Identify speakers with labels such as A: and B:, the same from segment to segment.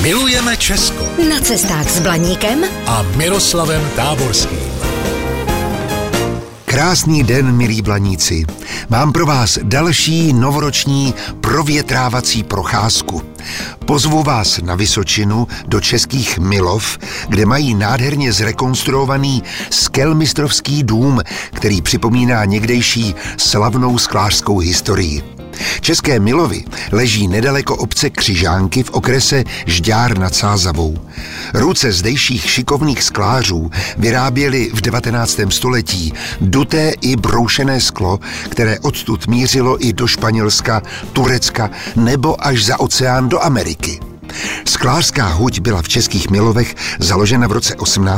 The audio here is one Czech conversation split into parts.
A: Milujeme Česko.
B: Na cestách s Blaníkem
A: a Miroslavem Táborským.
C: Krásný den, milí Blaníci. Mám pro vás další novoroční provětrávací procházku. Pozvu vás na Vysočinu do českých Milov, kde mají nádherně zrekonstruovaný skelmistrovský dům, který připomíná někdejší slavnou sklářskou historii. České Milovy leží nedaleko obce Křižánky v okrese Žďár nad Sázavou. Ruce zdejších šikovných sklářů vyráběly v 19. století duté i broušené sklo, které odtud mířilo i do Španělska, Turecka nebo až za oceán do Ameriky. Sklářská huť byla v českých Milovech založena v roce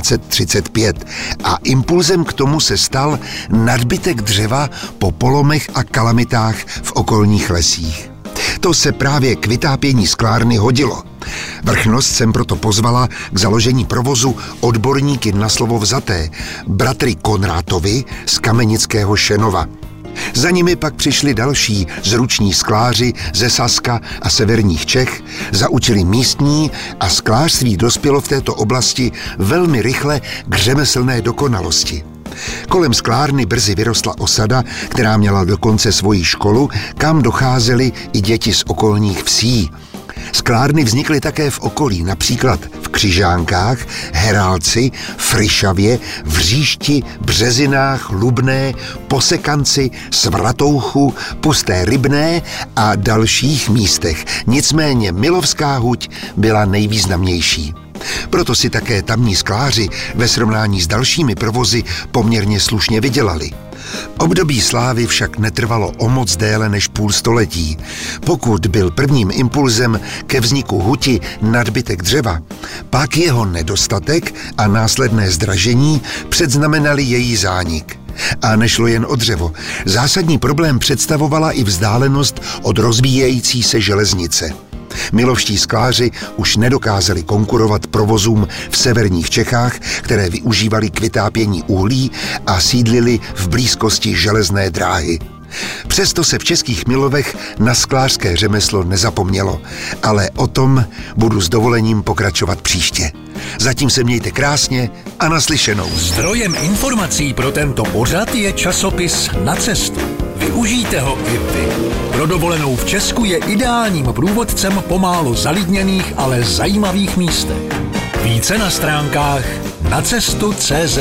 C: 1835 a impulzem k tomu se stal nadbytek dřeva po polomech a kalamitách v okolních lesích. To se právě k vytápění sklárny hodilo. Vrchnost jsem proto pozvala k založení provozu odborníky na slovo vzaté, bratry Konrátovi z Kamenického Šenova. Za nimi pak přišli další zruční skláři ze Saska a severních Čech, zaučili místní a sklářství dospělo v této oblasti velmi rychle k řemeslné dokonalosti. Kolem sklárny brzy vyrostla osada, která měla dokonce svoji školu, kam docházely i děti z okolních vsí. Sklárny vznikly také v okolí, například v Křižánkách, Herálci, Frišavě, Vříšti, Březinách, Lubné, Posekanci, Svratouchu, Pusté Rybné a dalších místech. Nicméně Milovská huť byla nejvýznamnější. Proto si také tamní skláři ve srovnání s dalšími provozy poměrně slušně vydělali. Období slávy však netrvalo o moc déle než půl století. Pokud byl prvním impulzem ke vzniku huti nadbytek dřeva, pak jeho nedostatek a následné zdražení předznamenali její zánik. A nešlo jen o dřevo. Zásadní problém představovala i vzdálenost od rozvíjející se železnice. Milovští skláři už nedokázali konkurovat provozům v severních Čechách, které využívali k vytápění uhlí a sídlili v blízkosti železné dráhy. Přesto se v českých Milovech na sklářské řemeslo nezapomnělo, ale o tom budu s dovolením pokračovat příště. Zatím se mějte krásně a naslyšenou.
A: Zdrojem informací pro tento pořad je časopis Na cestu. Využijte ho i vy. Pro dovolenou v Česku je ideálním průvodcem po málo zalidněných, ale zajímavých místech. Více na stránkách nacestu.cz.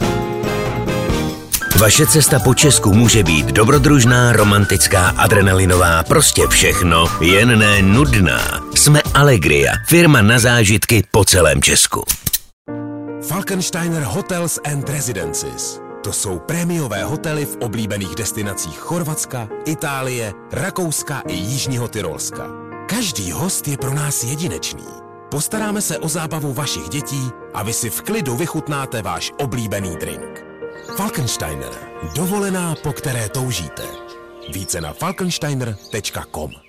D: Vaše cesta po Česku může být dobrodružná, romantická, adrenalinová, prostě všechno, jen ne nudná. Jsme Allegria, firma na zážitky po celém Česku.
E: Falkensteiner Hotels and Residences. To jsou prémiové hotely v oblíbených destinacích Chorvatska, Itálie, Rakouska i Jižního Tyrolska. Každý host je pro nás jedinečný. Postaráme se o zábavu vašich dětí a vy si v klidu vychutnáte váš oblíbený drink. Falkensteiner. Dovolená, po které toužíte. Více na falkensteiner.com.